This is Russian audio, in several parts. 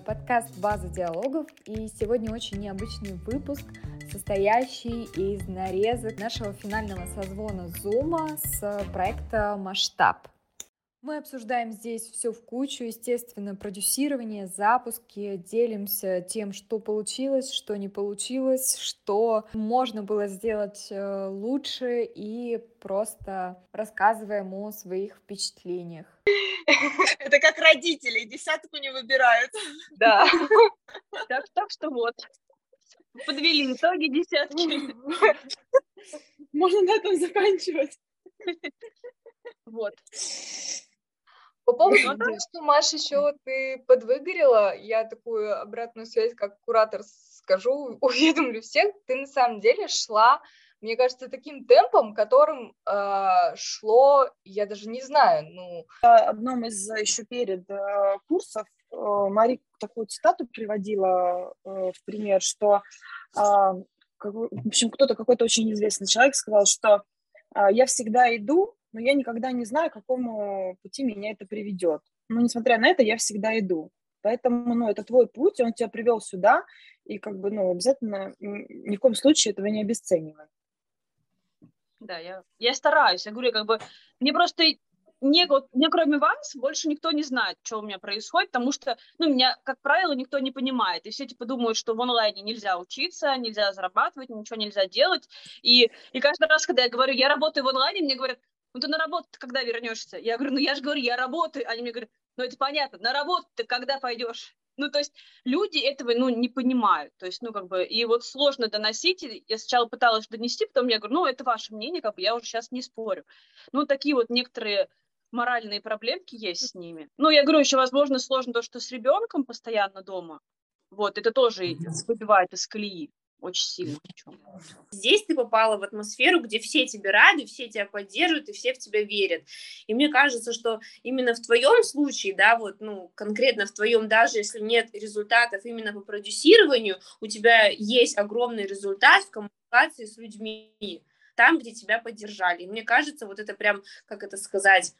подкаст «База диалогов», и сегодня очень необычный выпуск, состоящий из нарезок нашего финального созвона Zoom с проекта «Масштаб». Мы обсуждаем здесь все в кучу, естественно, продюсирование, запуски, делимся тем, что получилось, что не получилось, что можно было сделать лучше, и просто рассказываем о своих впечатлениях. Это как родители, десятку не выбирают. Да. Так что вот, подвели итоги десятки. Можно на этом заканчивать. Вот. По поводу того, что, Маша, еще ты подвыгорела, я такую обратную связь как куратор скажу, уведомлю всех, ты на самом деле шла, мне кажется, таким темпом, которым шло, я даже не знаю, В одном из еще перед курсов Мари такую цитату приводила в пример, что, в общем, какой-то очень известный человек сказал, что я всегда иду, но я никогда не знаю, к какому пути меня это приведет. Но, несмотря на это, я всегда иду. Поэтому, это твой путь, он тебя привел сюда, и обязательно ни в коем случае этого не обесценивай. Да, я стараюсь. Я говорю, мне просто мне кроме вас больше никто не знает, что у меня происходит, потому что, меня, как правило, никто не понимает. И все думают, что в онлайне нельзя учиться, нельзя зарабатывать, ничего нельзя делать. И каждый раз, когда я говорю, я работаю в онлайне, мне говорят, ты на работу когда вернешься? Я говорю, я же говорю, я работаю. Они мне говорят, это понятно, на работу ты когда пойдешь? То есть люди этого, не понимают. То есть, и вот сложно доносить. Я сначала пыталась донести, потом я говорю, это ваше мнение, я уже сейчас не спорю. Такие вот некоторые моральные проблемки есть с ними. Я говорю, еще, возможно, сложно то, что с ребенком постоянно дома. Вот, это тоже выбивает из колеи очень сильно. Здесь ты попала в атмосферу, где все тебе рады, все тебя поддерживают и все в тебя верят. И мне кажется, что именно в твоем случае, конкретно в твоем, даже если нет результатов именно по продюсированию, у тебя есть огромный результат в коммуникации с людьми, там, где тебя поддержали. И мне кажется, вот это прям, как это сказать...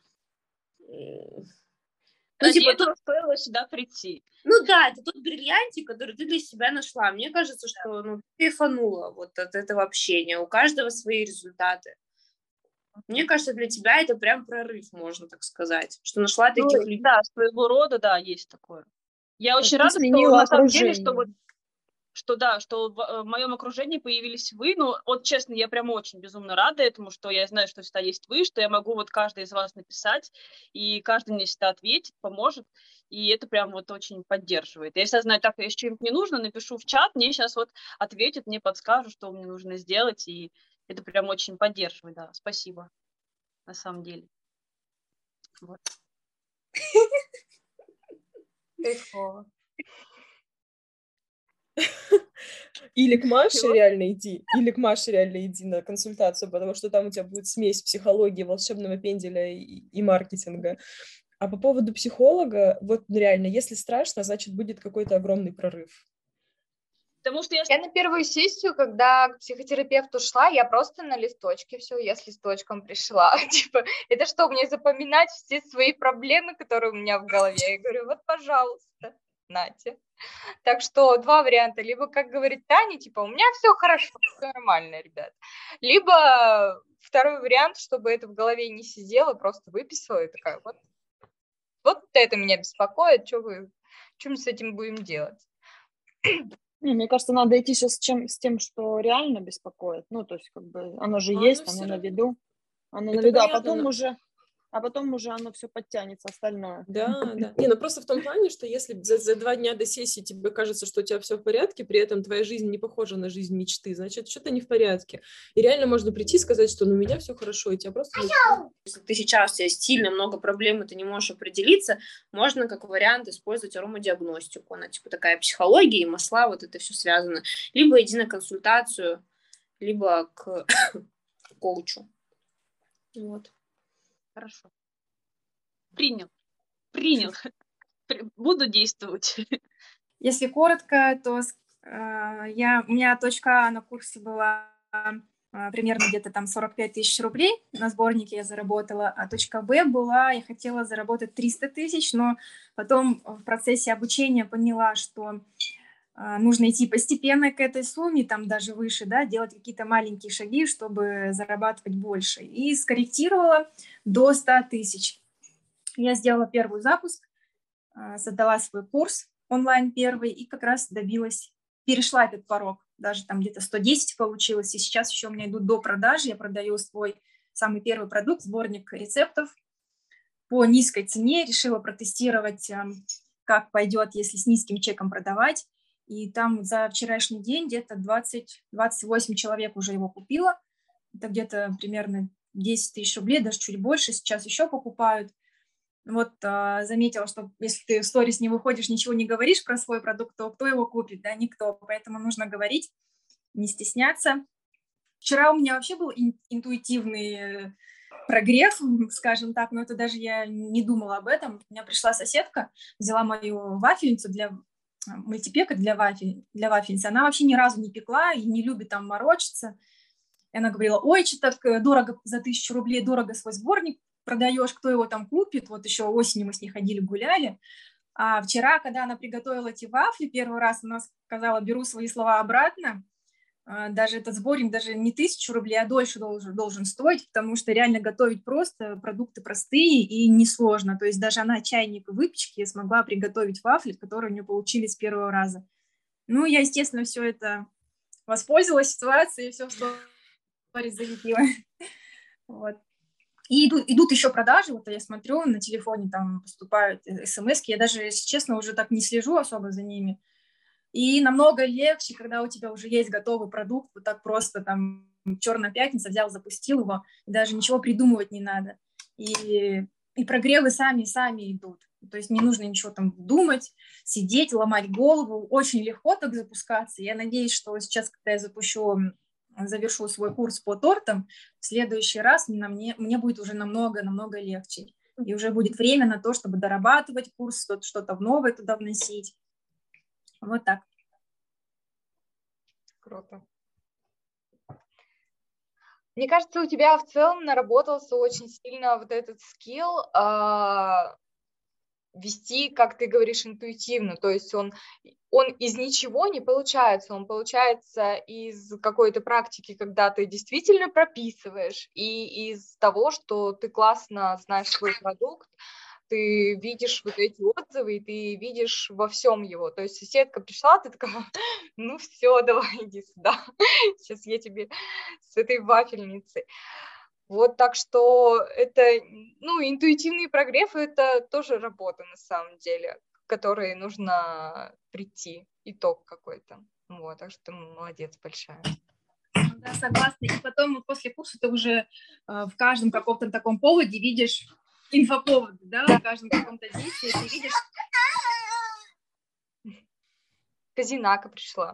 этого стоило сюда прийти. Это тот бриллиантик, который ты для себя нашла. Мне кажется, что ты кайфанула вот от этого общения. У каждого свои результаты. Мне кажется, для тебя это прям прорыв, можно так сказать. Что нашла таких людей. Да, своего рода, да, есть такое. Я очень рада, что на самом деле, что в моем окружении появились вы. Честно, я прям очень безумно рада этому, что я знаю, что всегда есть вы, что я могу каждый из вас написать, и каждый мне всегда ответит, поможет, и это прям очень поддерживает. Я всегда знаю, так, если что-нибудь не нужно, напишу в чат, мне сейчас ответят, мне подскажут, что мне нужно сделать, и это прям очень поддерживает, да, спасибо, на самом деле. Вот. кайфово. Или к Маше реально иди на консультацию, потому что там у тебя будет смесь психологии, волшебного пенделя и маркетинга. А по поводу психолога, реально, если страшно, значит, будет какой-то огромный прорыв. Потому что я на первую сессию, когда к психотерапевту шла, я просто на листочке все, я с листочком пришла. Это что, мне запоминать все свои проблемы, которые у меня в голове? Я говорю, пожалуйста, нате. Так что два варианта. Либо, как говорит Таня, у меня все хорошо, все нормально, ребят. Либо второй вариант, чтобы это в голове не сидело, просто выписала и такая, вот это меня беспокоит, что мы с этим будем делать? Мне кажется, надо идти сейчас с тем, что реально беспокоит. Оно же есть, оно на виду. А потом уже оно все подтянется, остальное. Да. Просто в том плане, что если за 2 дня до сессии тебе кажется, что у тебя все в порядке, при этом твоя жизнь не похожа на жизнь мечты, значит, что-то не в порядке. И реально можно прийти и сказать, что у меня все хорошо, и тебя просто... Если ты сейчас, у тебя стильно много проблем, и ты не можешь определиться, можно как вариант использовать аромадиагностику. Она такая психология и масла, это все связано. Либо иди на консультацию, либо к коучу. Вот. Хорошо. Принял. Буду действовать. Если коротко, то у меня точка А на курсе была примерно где-то там 45 тысяч рублей на сборнике я заработала, а точка Б была, я хотела заработать 300 тысяч, но потом в процессе обучения поняла, что нужно идти постепенно к этой сумме, там даже выше, да, делать какие-то маленькие шаги, чтобы зарабатывать больше. И скорректировала до 100 тысяч. Я сделала первый запуск, создала свой курс онлайн первый и как раз добилась, перешла этот порог. Даже там где-то 110 получилось, и сейчас еще у меня идут до продажи, я продаю свой самый первый продукт, сборник рецептов по низкой цене, решила протестировать, как пойдет, если с низким чеком продавать, и там за вчерашний день где-то 20-28 человек уже его купило, это где-то примерно 10 тысяч рублей, даже чуть больше, сейчас еще покупают. Вот заметила, что если ты в сторис не выходишь, ничего не говоришь про свой продукт, то кто его купит? Да, никто. Поэтому нужно говорить, не стесняться. Вчера у меня вообще был интуитивный прогрев, скажем так, но это даже я не думала об этом. У меня пришла соседка, взяла мою вафельницу для мультипека для вафельницы. Она вообще ни разу не пекла и не любит там морочиться. И она говорила: ой, что так дорого, за 1000 рублей дорого свой сборник продаешь, кто его там купит, вот еще осенью мы с ней ходили, гуляли, а вчера, когда она приготовила эти вафли, первый раз она сказала: беру свои слова обратно, даже этот сборник даже не 1000 рублей, а дольше должен стоить, потому что реально готовить просто, продукты простые и несложно, то есть даже она чайник выпечки смогла приготовить вафли, которые у нее получились с первого раза. Ну, я, естественно, все это воспользовалась ситуацией, все в сторис залепила. Вот. И идут еще продажи, вот я смотрю, на телефоне там поступают смс-ки, я даже, если честно, уже так не слежу особо за ними. И намного легче, когда у тебя уже есть готовый продукт, вот так просто там «Черная пятница» взял, запустил его, и даже ничего придумывать не надо. И прогревы сами идут. То есть не нужно ничего там думать, сидеть, ломать голову. Очень легко так запускаться. Я надеюсь, что сейчас, когда я завершу свой курс по тортам, в следующий раз мне будет уже намного легче. И уже будет время на то, чтобы дорабатывать курс, что-то новое туда вносить. Вот так. Круто. Мне кажется, у тебя в целом наработался очень сильно вот этот скилл вести, как ты говоришь, интуитивно, то есть он из ничего не получается, он получается из какой-то практики, когда ты действительно прописываешь, и из того, что ты классно знаешь свой продукт, ты видишь вот эти отзывы, и ты видишь во всем его, то есть соседка пришла, ты такая: ну все, давай иди сюда, сейчас я тебе с этой вафельницей. Вот, так что это, интуитивный прогрев – это тоже работа на самом деле, к которой нужно прийти, итог какой-то. Вот, так что молодец большая. Да, согласна. И потом после курса ты уже в каждом каком-то таком поводе видишь инфоповод, да, в каждом каком-то действии ты видишь. Казинака пришла.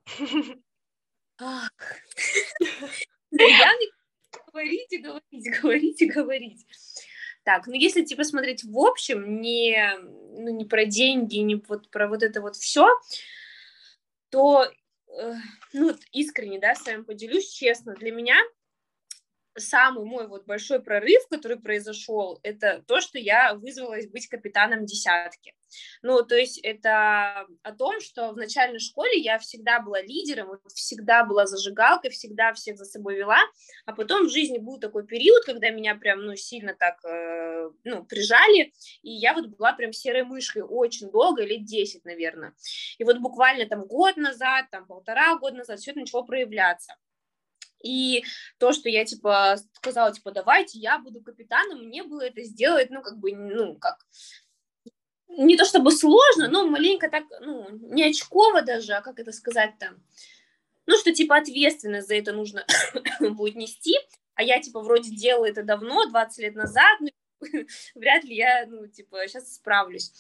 Говорить. Так, если типа смотреть в общем, не про деньги, не вот про вот это вот все, то, искренне, да, с вами поделюсь, честно, для меня самый мой вот большой прорыв, который произошел, это то, что я вызвалась быть капитаном десятки. То есть это о том, что в начальной школе я всегда была лидером, всегда была зажигалкой, всегда всех за собой вела, а потом в жизни был такой период, когда меня прям, сильно так, прижали, и я вот была прям серой мышкой очень долго, лет 10, наверное. И вот буквально там год назад, там 1,5 года назад все это начало проявляться. И то, что я, сказала, давайте я буду капитаном, мне было это сделать, не то чтобы сложно, но маленько так, не очково даже, а как это сказать-то, что, ответственность за это нужно будет нести, а я, вроде делала это давно, 20 лет назад, вряд ли я, сейчас справлюсь.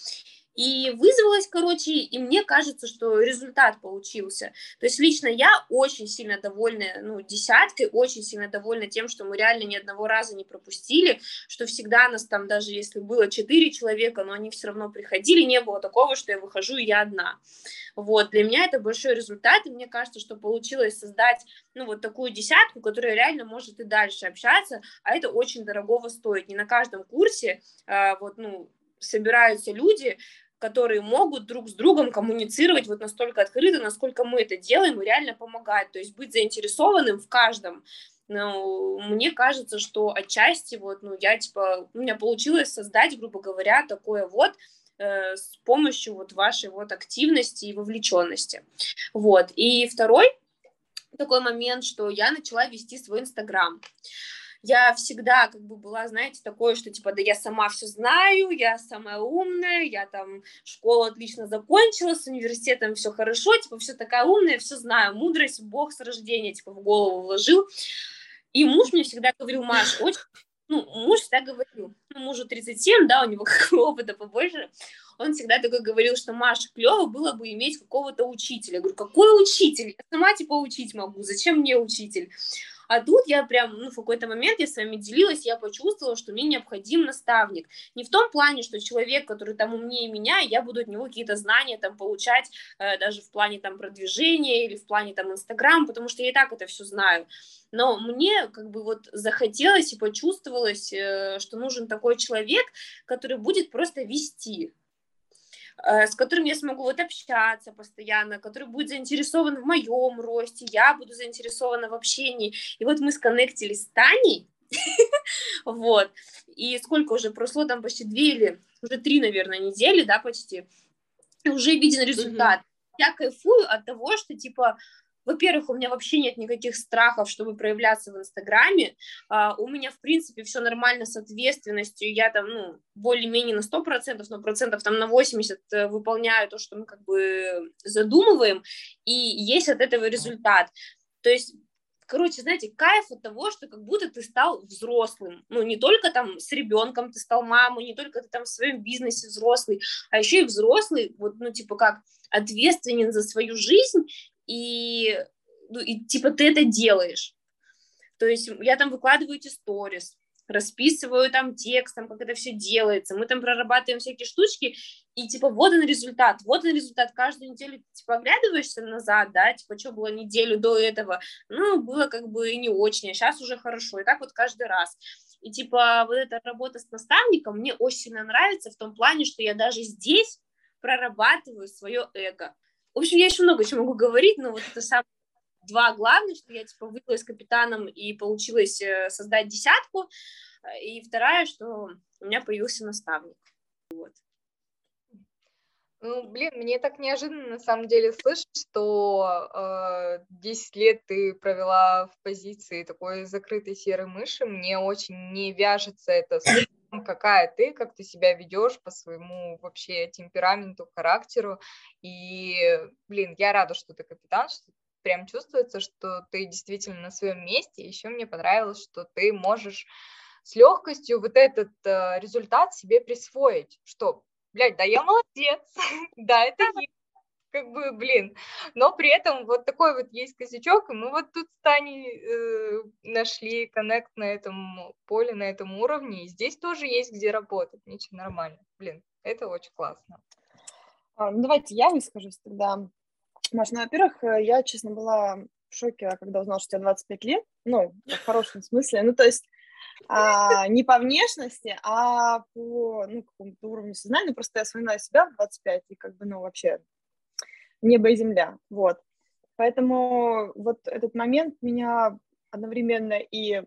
И вызвалась, короче, и мне кажется, что результат получился. То есть лично я очень сильно довольна, десяткой, очень сильно довольна тем, что мы реально ни одного раза не пропустили, что всегда нас там, даже если было 4 человека, но они все равно приходили, не было такого, что я выхожу и я одна. Вот, для меня это большой результат, и мне кажется, что получилось создать, вот такую десятку, которая реально может и дальше общаться, а это очень дорогого стоит. Не на каждом курсе, собираются люди, которые могут друг с другом коммуницировать вот настолько открыто, насколько мы это делаем, и реально помогать, то есть быть заинтересованным в каждом. Мне кажется, что отчасти у меня получилось создать, грубо говоря, такое с помощью вашей активности и вовлеченности. Вот. И второй такой момент, что я начала вести свой Инстаграм. Я всегда была, знаете, такое, что да я сама все знаю, я самая умная, я там школу отлично закончила, с университетом все хорошо, все такая умная, все знаю, мудрость Бог с рождения, в голову вложил. И муж мне всегда говорил: Маш, муж всегда говорил, мужу 37, да, у него опыта побольше, он всегда такой говорил, что: Маша, клево было бы иметь какого-то учителя. Я говорю: какой учитель? Я сама учить могу, зачем мне учитель? А тут я прям, в какой-то момент я с вами делилась, я почувствовала, что мне необходим наставник. Не в том плане, что человек, который там умнее меня, и я буду от него какие-то знания там получать, даже в плане там продвижения или в плане там Инстаграм, потому что я и так это все знаю. Но мне захотелось и почувствовалось, что нужен такой человек, который будет просто вести, с которым я смогу общаться постоянно, который будет заинтересован в моем росте, я буду заинтересована в общении. И мы сконнектились с Таней, и сколько уже прошло, там почти 2 или уже 3, наверное, недели, да, почти, и уже виден результат. Я кайфую от того, что, во-первых, у меня вообще нет никаких страхов, чтобы проявляться в Инстаграме. У меня, в принципе, все нормально с ответственностью. Я там, более-менее на 100%, но процентов там на 80% выполняю то, что мы задумываем, и есть от этого результат. То есть, знаете, кайф от того, что как будто ты стал взрослым. Не только там с ребенком ты стал мамой, не только ты там в своем бизнесе взрослый, а еще и взрослый, как ответственен за свою жизнь, и ты это делаешь. То есть я там выкладываю эти сторис, расписываю там текстом, как это все делается, мы там прорабатываем всякие штучки, и вот он результат, каждую неделю ты оглядываешься назад, да, что было неделю до этого, было и не очень, а сейчас уже хорошо, и так каждый раз. И эта работа с наставником мне очень сильно нравится в том плане, что я даже здесь прорабатываю свое эго. В общем, я еще много чего могу говорить, но это самые 2 главных, что я выбралась капитаном и получилось создать десятку, и вторая, что у меня появился наставник. Мне так неожиданно на самом деле слышать, что 10 лет ты провела в позиции такой закрытой серой мыши. Мне очень не вяжется это с тем, какая ты, как ты себя ведешь по своему вообще темпераменту, характеру. И, я рада, что ты капитан, что прям чувствуется, что ты действительно на своем месте. Еще мне понравилось, что ты можешь с легкостью этот результат себе присвоить, что да я молодец, да, это есть, но при этом такой есть косячок, и мы тут с Таней нашли коннект на этом поле, на этом уровне, и здесь тоже есть где работать, ничего, нормально, это очень классно. Давайте я выскажусь тогда. Маш, во-первых, я, честно, была в шоке, когда узнала, что у тебя 25 лет, в хорошем смысле, то есть не по внешности, а по какому-то уровню сознания. Просто я вспоминаю себя в 25, и вообще небо и земля. Поэтому этот момент меня одновременно и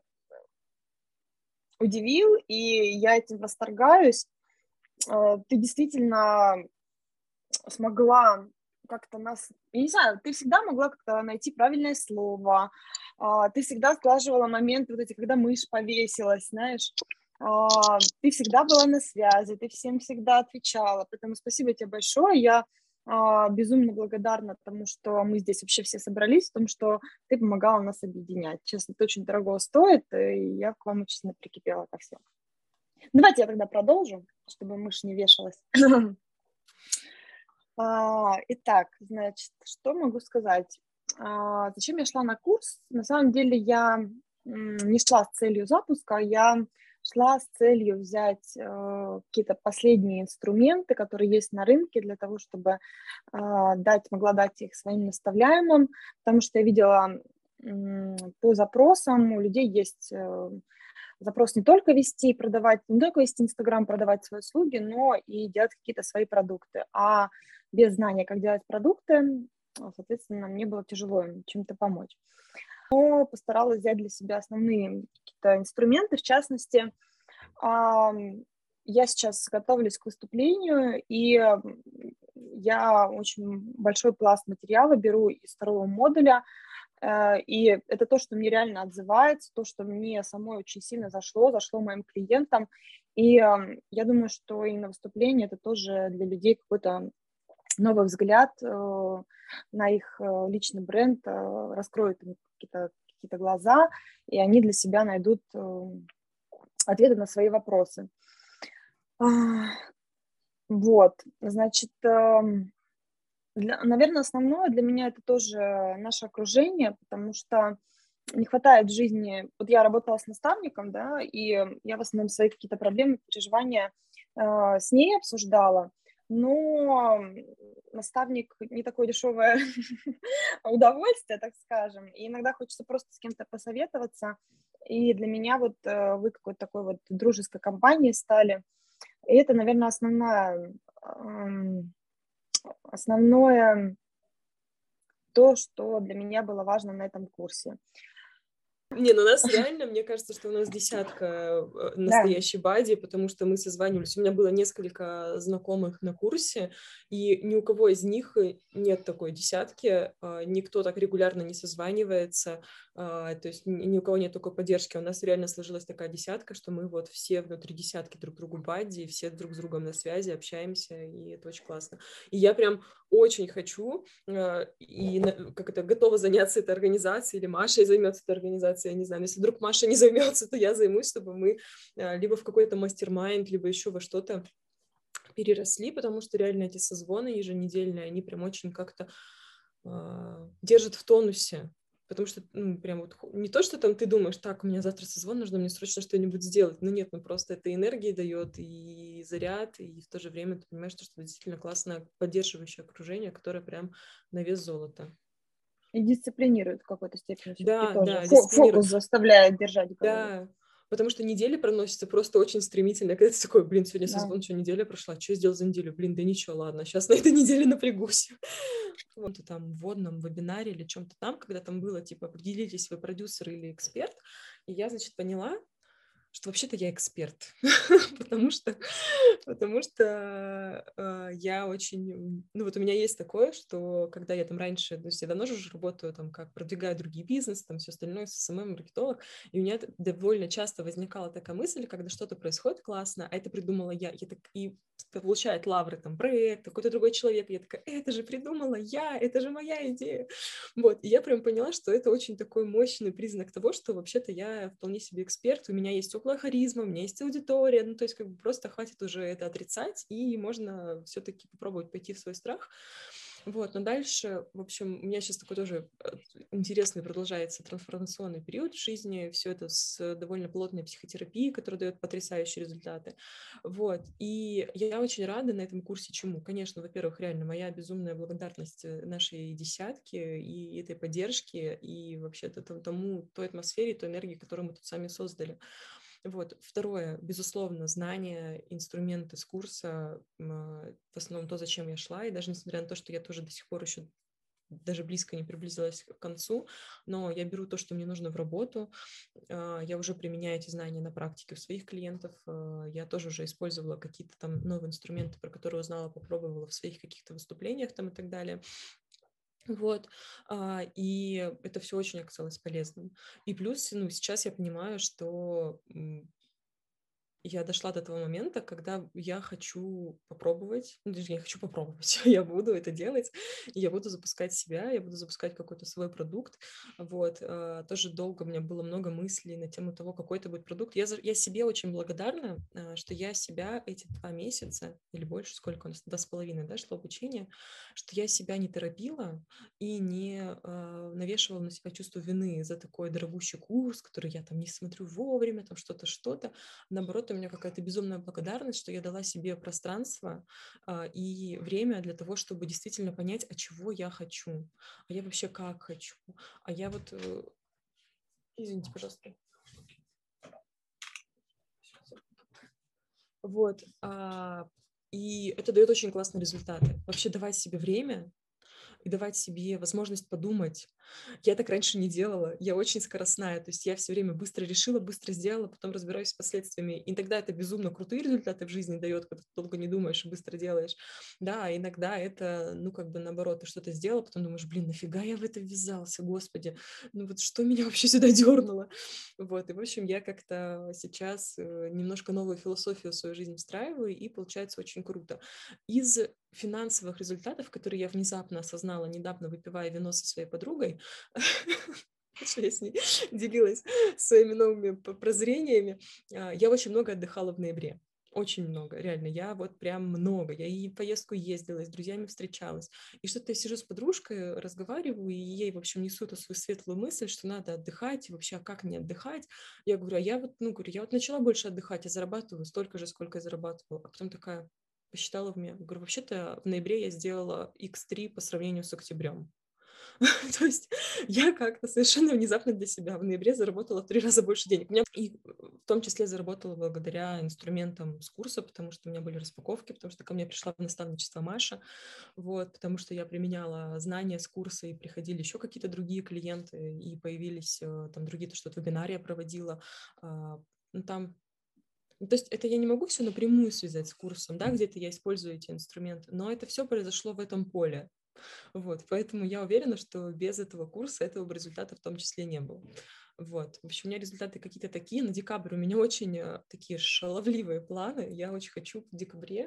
удивил, и я этим восторгаюсь. Ты действительно смогла как-то нас... Я не знаю, ты всегда могла как-то найти правильное слово, ты всегда сглаживала моменты когда мышь повесилась, знаешь, ты всегда была на связи, ты всем всегда отвечала, поэтому спасибо тебе большое, я безумно благодарна тому, что мы здесь вообще все собрались, тому, что ты помогала нас объединять. Честно, это очень дорого стоит, и я к вам очень сильно прикипела ко всем. Давайте я тогда продолжу, чтобы мышь не вешалась. Итак, значит, что могу сказать? Зачем я шла на курс? На самом деле я не шла с целью запуска, я шла с целью взять какие-то последние инструменты, которые есть на рынке, для того, чтобы могла дать их своим наставляемым, потому что я видела по запросам, у людей есть запрос не только вести и продавать, не только вести Инстаграм, продавать свои услуги, но и делать какие-то свои продукты. А без знания, как делать продукты, соответственно, мне было тяжело им чем-то помочь. Но постаралась взять для себя основные какие-то инструменты, в частности, я сейчас готовлюсь к выступлению, и я очень большой пласт материала беру из второго модуля, и это то, что мне реально отзывается, то, что мне самой очень сильно зашло моим клиентам. И я думаю, что именно выступление – это тоже для людей какой-то новый взгляд на их личный бренд, раскроет им какие-то глаза, и они для себя найдут ответы на свои вопросы. Вот, значит, наверное, основное для меня это тоже наше окружение, потому что не хватает в жизни... Вот я работала с наставником, да, и я в основном свои какие-то проблемы, переживания с ней обсуждала, но наставник не такое дешевое удовольствие, так скажем, и иногда хочется просто с кем-то посоветоваться, и для меня вот вы какой-то такой вот дружеской компанией стали, и это, наверное, основное то, что для меня было важно на этом курсе. Не, ну у нас реально, мне кажется, что у нас десятка настоящей бади, потому что мы созванивались. У меня было несколько знакомых на курсе, и ни у кого из них нет такой десятки, никто так регулярно не созванивается, то есть ни у кого нет такой поддержки. У нас реально сложилась такая десятка, что мы вот все внутри десятки друг другу бади, все друг с другом на связи, общаемся, и это очень классно. И я прям очень хочу и готова заняться этой организацией, или Маша займется этой организацией, я не знаю, если вдруг Маша не займется, то я займусь, чтобы мы либо в какой-то мастер-майнд, либо еще во что-то переросли, потому что реально эти созвоны еженедельные, они прям очень как-то держат в тонусе. Потому что, прям вот не то, что там ты думаешь, так, у меня завтра созвон, нужно мне срочно что-нибудь сделать. Ну нет, просто это энергии дает и заряд, и в то же время ты понимаешь, что это действительно классное поддерживающее окружение, которое прям на вес золота. И дисциплинирует в какой-то степени все-таки Да, тоже. да, Фокус заставляет держать в голове. Да, потому что недели проносятся просто очень стремительно. Когда ты такой, сегодня созвон, что неделя прошла, что я сделал за неделю? Да ничего, ладно, сейчас на этой неделе напрягусь. Вот там в вводном вебинаре или чем-то там, когда там было, типа, определитесь, вы продюсер или эксперт, и я, значит, поняла, что вообще-то я эксперт, потому что я очень... Ну, вот у меня есть такое, что когда я там раньше... То есть я давно же уже работаю там, как продвигаю другие бизнесы, там все остальное, СММ, маркетолог, и у меня довольно часто возникала такая мысль, когда что-то происходит классно, а это придумала я так и получает лавры там проект, какой-то другой человек, и я такая, это же придумала я, это же моя идея. Вот, и я прям поняла, что это очень такой мощный признак того, что вообще-то я вполне себе эксперт, у меня есть теплая харизма, у меня есть аудитория, ну, то есть как бы просто хватит уже это отрицать, и можно все-таки попробовать пойти в свой страх. Вот, но дальше, в общем, у меня сейчас такой тоже интересный продолжается трансформационный период в жизни, все это с довольно плотной психотерапией, которая дает потрясающие результаты. Вот, и я очень рада на этом курсе чему. Конечно, во-первых, реально моя безумная благодарность нашей десятке и этой поддержке, и вообще-то той атмосфере, той энергии, которую мы тут сами создали. Вот. Второе, безусловно, знания, инструменты с курса, в основном то, зачем я шла, и даже несмотря на то, что я тоже до сих пор еще даже близко не приблизилась к концу, но я беру то, что мне нужно в работу, я уже применяю эти знания на практике у своих клиентов, я тоже уже использовала какие-то там новые инструменты, про которые узнала, попробовала в своих каких-то выступлениях там и так далее. Вот, и это все очень оказалось полезным. И плюс, сейчас я понимаю, что я дошла до того момента, когда я хочу попробовать, ну, даже я хочу попробовать, я буду это делать, и я буду запускать себя, я буду запускать какой-то свой продукт, вот, тоже долго у меня было много мыслей на тему того, какой это будет продукт. Я себе очень благодарна, что я себя эти 2 месяца или больше, сколько у нас, 2,5, да, шло обучение, что я себя не торопила и не навешивала на себя чувство вины за такой дорогущий курс, который я там не смотрю вовремя, там что-то. Наоборот, у меня какая-то безумная благодарность, что я дала себе пространство и время для того, чтобы действительно понять, а чего я хочу, а я вообще как хочу, а я вот... Извините, пожалуйста. Вот. И это дает очень классные результаты. Вообще давать себе время и давать себе возможность подумать. Я так раньше не делала, я очень скоростная, то есть я все время быстро решила, быстро сделала, потом разбираюсь с последствиями. И тогда это безумно крутые результаты в жизни дает, когда ты долго не думаешь и быстро делаешь. Да, а иногда это, ну, как бы наоборот, ты что-то сделала, потом думаешь, блин, нафига я в это ввязался, господи, ну вот что меня вообще сюда дернуло? Вот, и в общем, я как-то сейчас немножко новую философию в свою жизнь встраиваю, и получается очень круто. Из финансовых результатов, которые я внезапно осознала, недавно выпивая вино со своей подругой, что я с ней делилась своими новыми прозрениями, я очень много отдыхала в ноябре. Очень много, реально, я вот прям много. Я и в поездку ездила, и с друзьями встречалась. И что-то я сижу с подружкой, разговариваю, и ей, в общем, несу эту свою светлую мысль, что надо отдыхать, и вообще, а как не отдыхать? Я говорю, я вот начала больше отдыхать, я зарабатываю столько же, сколько я зарабатывала. А потом такая посчитала в меня, говорю, вообще-то в ноябре я сделала x3 по сравнению с октябрем. То есть я как-то совершенно внезапно для себя в ноябре заработала в 3 раза больше денег. И в том числе заработала благодаря инструментам с курса, потому что у меня были распаковки, потому что ко мне пришла в наставничество Маша, вот, потому что я применяла знания с курса, и приходили еще какие-то другие клиенты, и появились там другие, то, что вебинары я проводила, ну, там. То есть это я не могу все напрямую связать с курсом, да, где-то я использую эти инструменты, но это все произошло в этом поле. Вот, поэтому я уверена, что без этого курса этого бы результата в том числе не было. Вот, в общем, у меня результаты какие-то такие. На декабрь у меня очень такие шаловливые планы. Я очень хочу в декабре,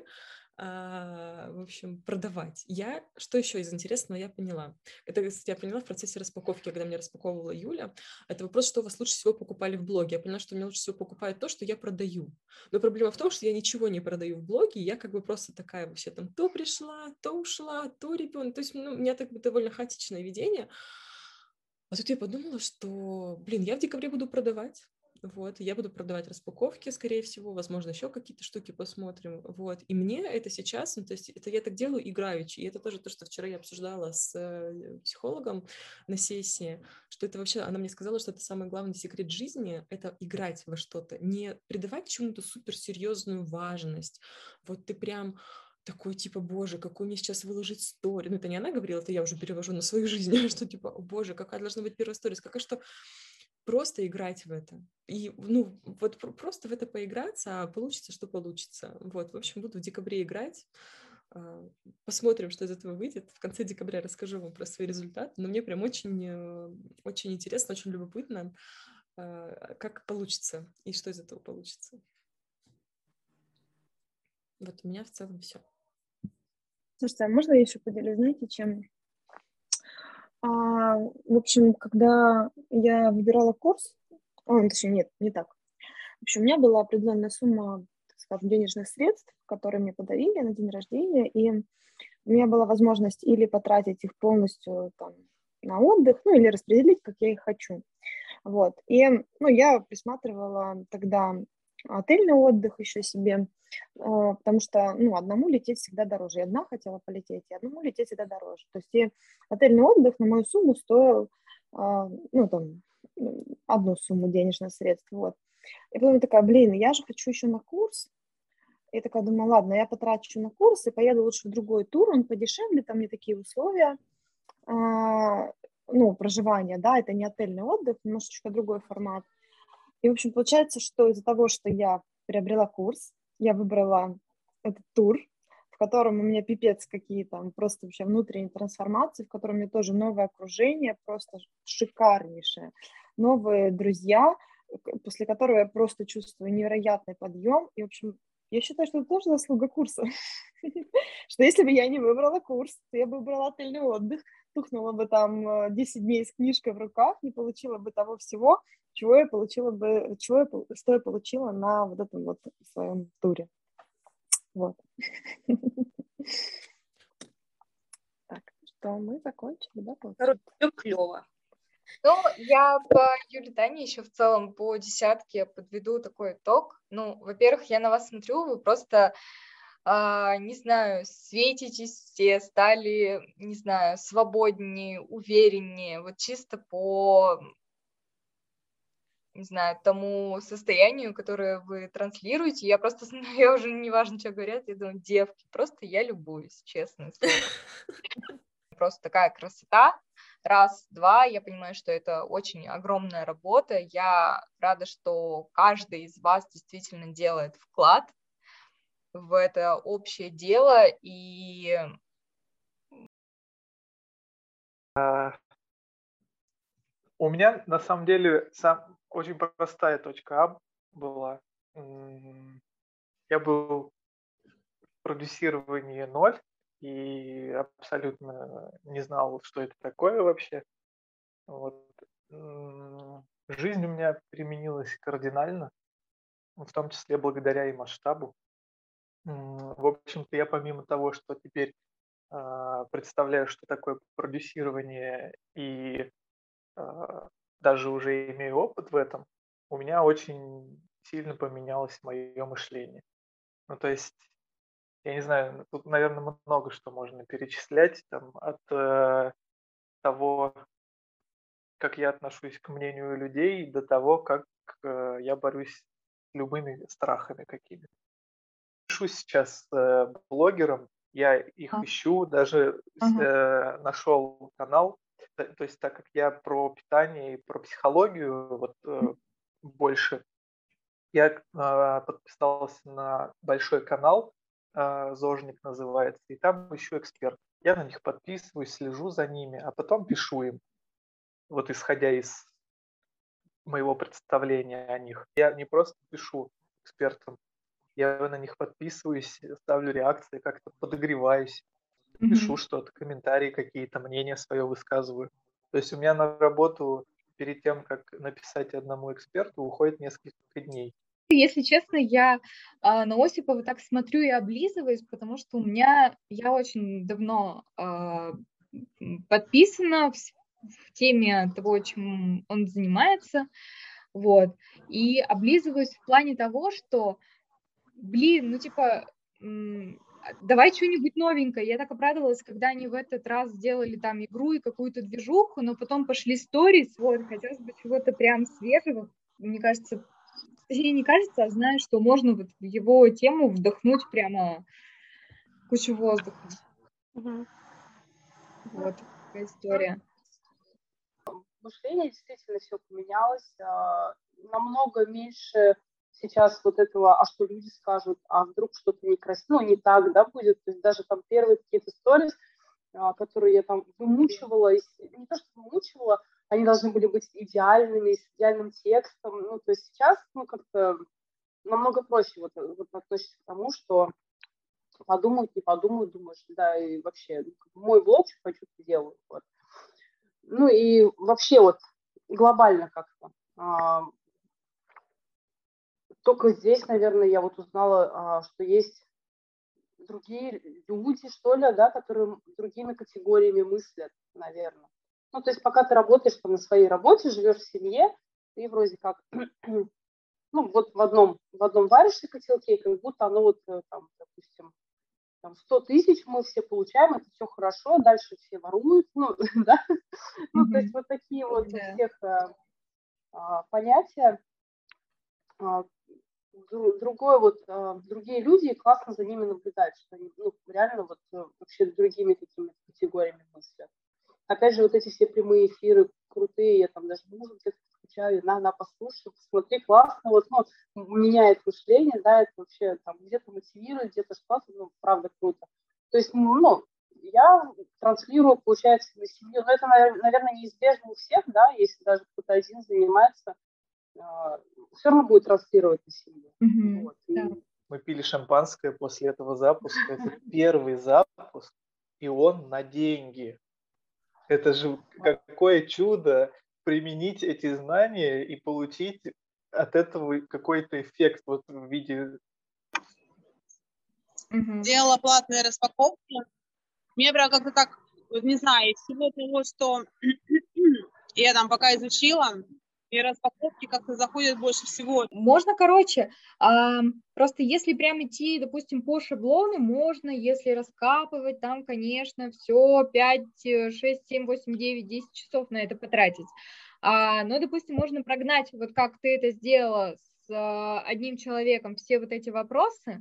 в общем, продавать. Что еще из интересного я поняла? Это, кстати, я поняла в процессе распаковки, когда мне распаковывала Юля. Это вопрос, что вас лучше всего покупали в блоге. Я поняла, что мне лучше всего покупают то, что я продаю. Но проблема в том, что я ничего не продаю в блоге, я как бы просто такая вообще там то пришла, то ушла, то ребенок. То есть, ну, у меня так довольно хаотичное ведение. А тут я подумала, что, блин, я в декабре буду продавать. Вот, я буду продавать распаковки, скорее всего, возможно, еще какие-то штуки посмотрим, вот, и мне это сейчас, ну, то есть это я так делаю играючи, и это тоже то, что вчера я обсуждала с психологом на сессии, что это вообще, она мне сказала, что это самый главный секрет жизни, это играть во что-то, не придавать чему-то суперсерьезную важность, вот ты прям такой, типа, боже, какой мне сейчас выложить стори. Ну, это не она говорила, это я уже перевожу на свою жизнь, что, типа, о боже, какая должна быть первая сторис, какая что... Просто играть в это. И, ну, вот просто в это поиграться, а получится, что получится. Вот, в общем, буду в декабре играть. Посмотрим, что из этого выйдет. В конце декабря расскажу вам про свои результаты. Но мне прям очень интересно, очень любопытно, как получится и что из этого получится. Вот у меня в целом все. Слушайте, а можно я еще поделюсь, знаете, чем? В общем, когда я выбирала курс, точнее, нет, не так. В общем, у меня была определенная сумма, так скажем, денежных средств, которые мне подарили на день рождения, и у меня была возможность или потратить их полностью там, на отдых, ну, или распределить, как я их хочу. Вот. И, ну, я присматривала тогда отельный отдых еще себе, потому что, ну, одному лететь всегда дороже. Я одна хотела полететь, и одному лететь всегда дороже. То есть и отельный отдых на мою сумму стоил, ну, там, одну сумму денежных средств, вот. И потом я такая, блин, я же хочу еще на курс. И такая думаю, ладно, я потрачу на курс и поеду лучше в другой тур, он подешевле, там не такие условия, ну, проживания, да, это не отельный отдых, немножечко другой формат. И, в общем, получается, что из-за того, что я приобрела курс, я выбрала этот тур, в котором у меня пипец какие там просто вообще внутренние трансформации, в котором у меня тоже новое окружение, просто шикарнейшее, новые друзья, после которого я просто чувствую невероятный подъем. И, в общем, я считаю, что это тоже заслуга курса. Что если бы я не выбрала курс, то я бы выбрала отельный отдых, тухнула бы там 10 дней с книжкой в руках, не получила бы того всего, что я получила на вот этом вот своем туре. Вот. Так, что мы закончили, да, Короче, все клево. Ну, я по Юле Тане еще в целом по десятке подведу такой итог. Ну, во-первых, я на вас смотрю, вы просто, не знаю, светитесь все, стали, не знаю, свободнее, увереннее, вот чисто по, не знаю, тому состоянию, которое вы транслируете. Я просто, я уже не важно, что говорят, я думаю, девки, просто я любуюсь, честное слово. Просто такая красота. Раз, два, я понимаю, что это очень огромная работа. Я рада, что каждый из вас действительно делает вклад в это общее дело. И У меня, на самом деле, очень простая точка А была. Я был в продюсировании 0 и абсолютно не знал, что это такое вообще. Вот. Жизнь у меня переменилась кардинально, в том числе благодаря и масштабу. В общем-то, я помимо того, что теперь представляю, что такое продюсирование, и даже уже имею опыт в этом, у меня очень сильно поменялось мое мышление. Ну, то есть, я не знаю, тут, наверное, много что можно перечислять, там, от того, как я отношусь к мнению людей, до того, как я борюсь с любыми страхами какими-то. Пишу сейчас блогерам, я их ищу, даже нашел канал. То есть, так как я про питание и про психологию вот больше, я подписался на большой канал, «Зожник» называется, и там ищу эксперт. Я на них подписываюсь, слежу за ними, а потом пишу им, вот исходя из моего представления о них. Я не просто пишу экспертам, я на них подписываюсь, ставлю реакции, как-то подогреваюсь, пишу что-то, комментарии какие-то, мнения свое высказываю. То есть у меня на работу перед тем, как написать одному эксперту, уходит несколько дней. Если честно, я на Осипова так смотрю и облизываюсь, потому что я очень давно подписана в теме того, чем он занимается, вот, и облизываюсь в плане того, что, блин, давай что-нибудь новенькое. Я так обрадовалась, когда они в этот раз сделали там игру и какую-то движуху, но потом пошли сторис, вот, хотелось бы чего-то прям свежего, мне кажется, точнее, не кажется, а знаю, что можно вот в его тему вдохнуть прямо кучу воздуха. Вот такая история. Мышление действительно все поменялось, намного меньше сейчас вот этого, а что люди скажут, а вдруг что-то некрасиво, не так, да, будет, то есть даже там первые какие-то сторис, которые я там вымучивала, не то, что вымучивала, они должны были быть идеальными, с идеальным текстом, ну, то есть сейчас, ну, как-то намного проще вот относиться к тому, что подумают, не подумают, думаешь, да, и вообще, мой блог, что хочу, делаю, вот. Ну и вообще вот глобально как-то. Только здесь, наверное, я вот узнала, что есть другие люди, что ли, да, которые другими категориями мыслят, наверное. Ну, то есть пока ты работаешь там на своей работе, живешь в семье, ты вроде как, ну, вот в одном варишься котелке, как будто оно вот там, допустим, там 100 тысяч мы все получаем, это все хорошо, дальше все воруют, ну, да, ну, то есть вот такие вот у всех понятия. Другие люди, классно за ними наблюдать, что они, ну, реально вот вообще другими какими-то категориями мыслят. Опять же, вот эти все прямые эфиры крутые, я там даже мужу где-то скучаю, на, послушай, посмотри, классно, вот, ну, меняет мышление, да, это вообще там где-то мотивирует, где-то что-то, ну, правда круто. То есть, ну, я транслирую, получается, на семью, но это, наверное, неизбежно у всех, да, если даже кто-то один занимается, все равно будет транслировать на семью. Мгм. Вот. Да. И Мы пили шампанское после этого запуска. Это первый запуск, и он на деньги. Это же какое чудо применить эти знания и получить от этого какой-то эффект вот в виде... Мгм. Делала платные распаковки. Мне прям как-то так, вот не знаю, из всего того, что я там пока изучила, и распаковки как-то заходят больше всего. Можно, короче, просто если прям идти, допустим, по шаблону, можно, если раскапывать, там, конечно, все 5, 6, 7, 8, 9, 10 часов на это потратить. Но, допустим, можно прогнать, вот как ты это сделала с одним человеком, все вот эти вопросы,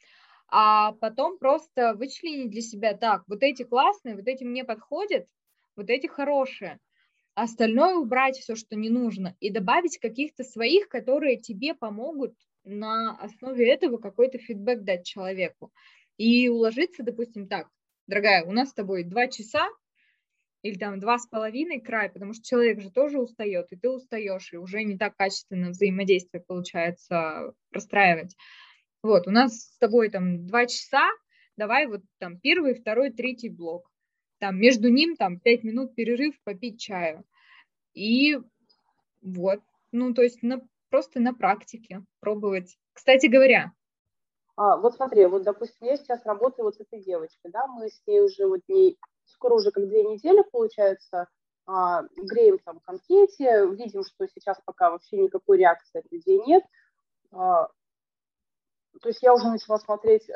а потом просто вычленить для себя, так, вот эти классные, вот эти мне подходят, вот эти хорошие. Остальное убрать все, что не нужно, и добавить каких-то своих, которые тебе помогут на основе этого какой-то фидбэк дать человеку. И уложиться, допустим, так, дорогая, у нас с тобой 2 часа или там 2,5 край, потому что человек же тоже устает, и ты устаешь, и уже не так качественно взаимодействие получается простраивать. Вот, у нас с тобой там 2 часа, давай вот там 1, 2, 3 блок. Там между ним там 5 минут перерыв попить чаю. И вот, ну, то есть просто на практике пробовать. Кстати говоря, вот смотри, вот, допустим, я сейчас работаю вот с этой девочкой, да, мы с ней уже вот дней, скоро уже как 2 недели, получается, греем там конфетти, видим, что сейчас пока вообще никакой реакции от людей нет. То есть я уже начала смотреть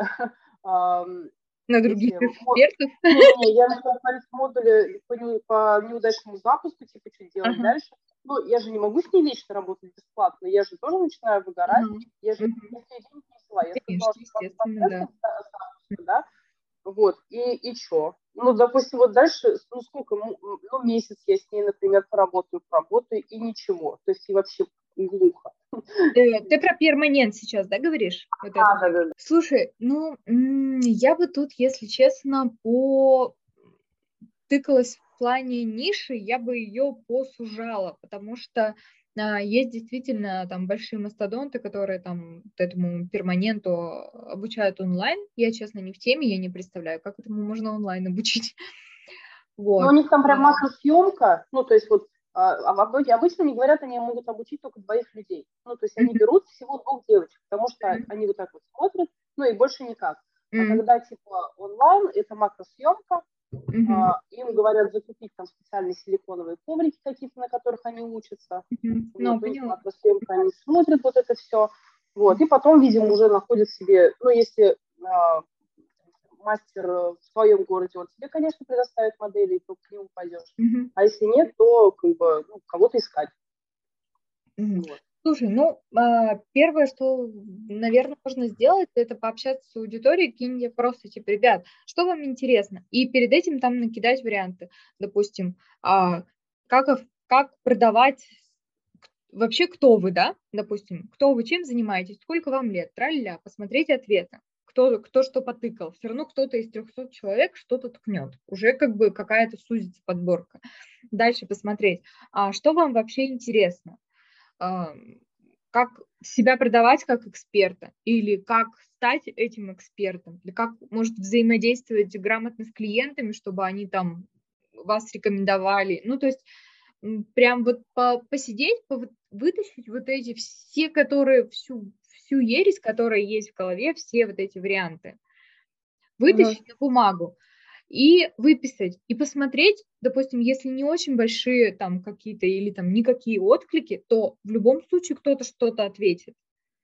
на других эти экспертов. Не, я начала смотреть модули по неудачному запуску, типа, что делать Ага. дальше. Ну, я же не могу с ней вечно работать бесплатно, я же тоже начинаю выгорать. Мгм. Я же Мгм. денег не взяла. Я Конечно, сказала, что естественно, да. 20% запуска, да, вот, и что? Ну, допустим, вот дальше, ну, сколько, ну, месяц я с ней, например, поработаю, и ничего. То есть и вообще глухо. Ты про перманент сейчас, да, говоришь? Вот это. Да. Слушай, ну, я бы тут, если честно, тыкалась в плане ниши, я бы ее посужала, потому что есть действительно там большие мастодонты, которые там вот этому перманенту обучают онлайн. Я, честно, не в теме, я не представляю, как этому можно онлайн обучить. Ну, Вот. у них там прям макросъемка, ну, то есть вот обычно не говорят, они могут обучить только 2 людей. Ну, то есть они берут всего 2 девочек, потому что они вот так вот смотрят, ну, и больше никак. А когда, типа, онлайн, это макросъемка, им говорят закупить там специальные силиконовые коврики какие-то, на которых они учатся. Ну, Вот, поняла. макросъемка, они смотрят вот это все. Вот, и потом, видимо, уже находят себе, ну, если мастер в своем городе, он тебе, конечно, предоставит модели, и ты к нему пойдешь. А если нет, то как бы, ну, кого-то искать. Вот. Слушай, ну, первое, что, наверное, можно сделать, это пообщаться с аудиторией, кинь просто, типа, ребят, что вам интересно? И перед этим там накидать варианты. Допустим, как продавать, вообще, кто вы, да? Допустим, кто вы, чем занимаетесь, сколько вам лет, тра-ля-ля, посмотрите ответы. Кто что потыкал. Все равно кто-то из 300 человек что-то ткнет. Уже как бы какая-то сузится подборка. Дальше посмотреть, что вам вообще интересно. Как себя продавать как эксперта, или как стать этим экспертом, или как, может, взаимодействовать грамотно с клиентами, чтобы они там вас рекомендовали. Ну, то есть прям вот посидеть, вытащить вот эти все, которые, всю ересь, которая есть в голове, все вот эти варианты, вытащить на бумагу и выписать, и посмотреть, допустим, если не очень большие там какие-то или там никакие отклики, то в любом случае кто-то что-то ответит.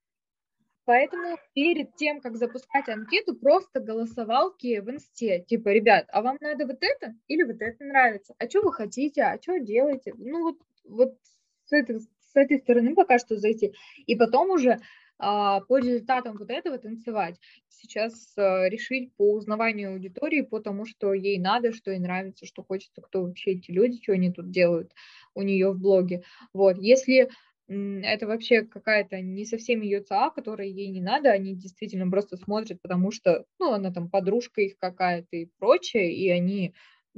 Поэтому перед тем, как запускать анкету, просто голосовалки в инсте. Типа, ребят, а вам надо вот это или вот это нравится? А что вы хотите? А что делаете? Ну вот с этой стороны пока что зайти. И потом уже по результатам вот этого танцевать. Сейчас решить по узнаванию аудитории, по тому, что ей надо, что ей нравится, что хочется, кто вообще эти люди, что они тут делают у нее в блоге. Вот, если это вообще какая-то не совсем ее ЦА, которая ей не надо, они действительно просто смотрят, потому что, ну, она там подружка их какая-то и прочее, и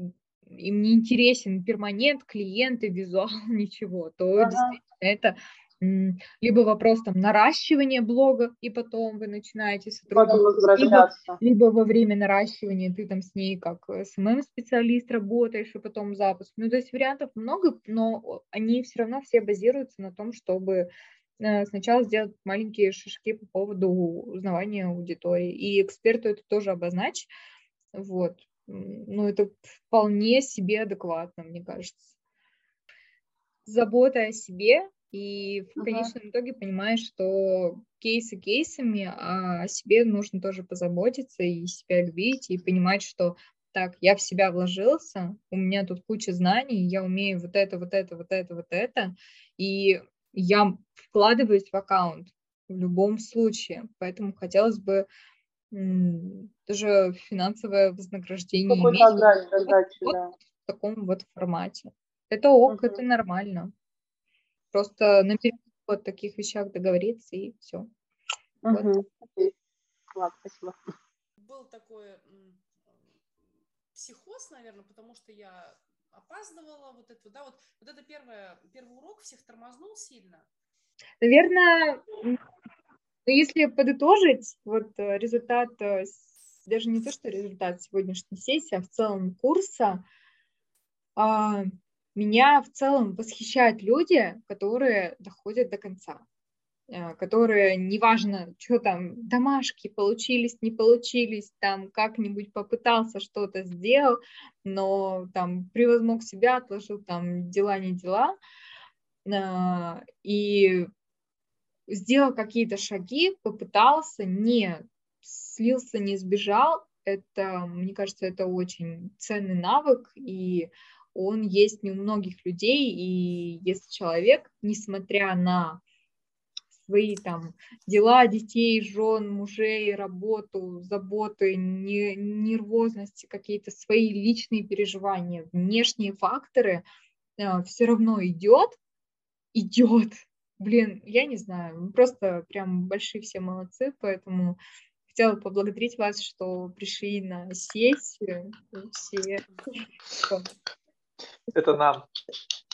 им не интересен перманент, клиенты, визуал, ничего, то действительно это либо вопрос там наращивания блога, и потом вы начинаете Потом сотрудничать, возвращаться. либо во время наращивания ты там с ней как SMM-специалист работаешь, и потом запуск. Ну, то есть вариантов много, но они все равно все базируются на том, чтобы сначала сделать маленькие шажки по поводу узнавания аудитории. И эксперту это тоже обозначь. Вот. Ну, это вполне себе адекватно, мне кажется. Забота о себе, и в конечном итоге понимаешь, что кейсы кейсами, а о себе нужно тоже позаботиться и себя любить, и понимать, что так, я в себя вложился, у меня тут куча знаний, я умею вот это, вот это, вот это, вот это, и я вкладываюсь в аккаунт в любом случае. Поэтому хотелось бы тоже финансовое вознаграждение Какой-то иметь отдачи, вот да. в таком вот формате. Это ок, это нормально. Просто наперед вот таких вещах договориться, и все. Вот. Окей. Ладно, спасибо. Был такой психоз, наверное, потому что я опаздывала, вот это, да, вот это первый урок всех тормознул сильно. Наверное, если подытожить, вот результат, даже не то, что результат сегодняшней сессии, а в целом курса, меня в целом восхищают люди, которые доходят до конца, которые, неважно, что там, домашки получились, не получились, там как-нибудь попытался, что-то сделал, но там превозмог себя, отложил там дела, не дела, и сделал какие-то шаги, попытался, не слился, не сбежал. Это, мне кажется, это очень ценный навык, и он есть не у многих людей, и если человек, несмотря на свои там дела, детей, жен, мужей, работу, заботы, нервозности, какие-то свои личные переживания, внешние факторы, все равно идет. Блин, я не знаю, просто прям большие все молодцы, поэтому хотела поблагодарить вас, что пришли на сессию. Все. Это нам.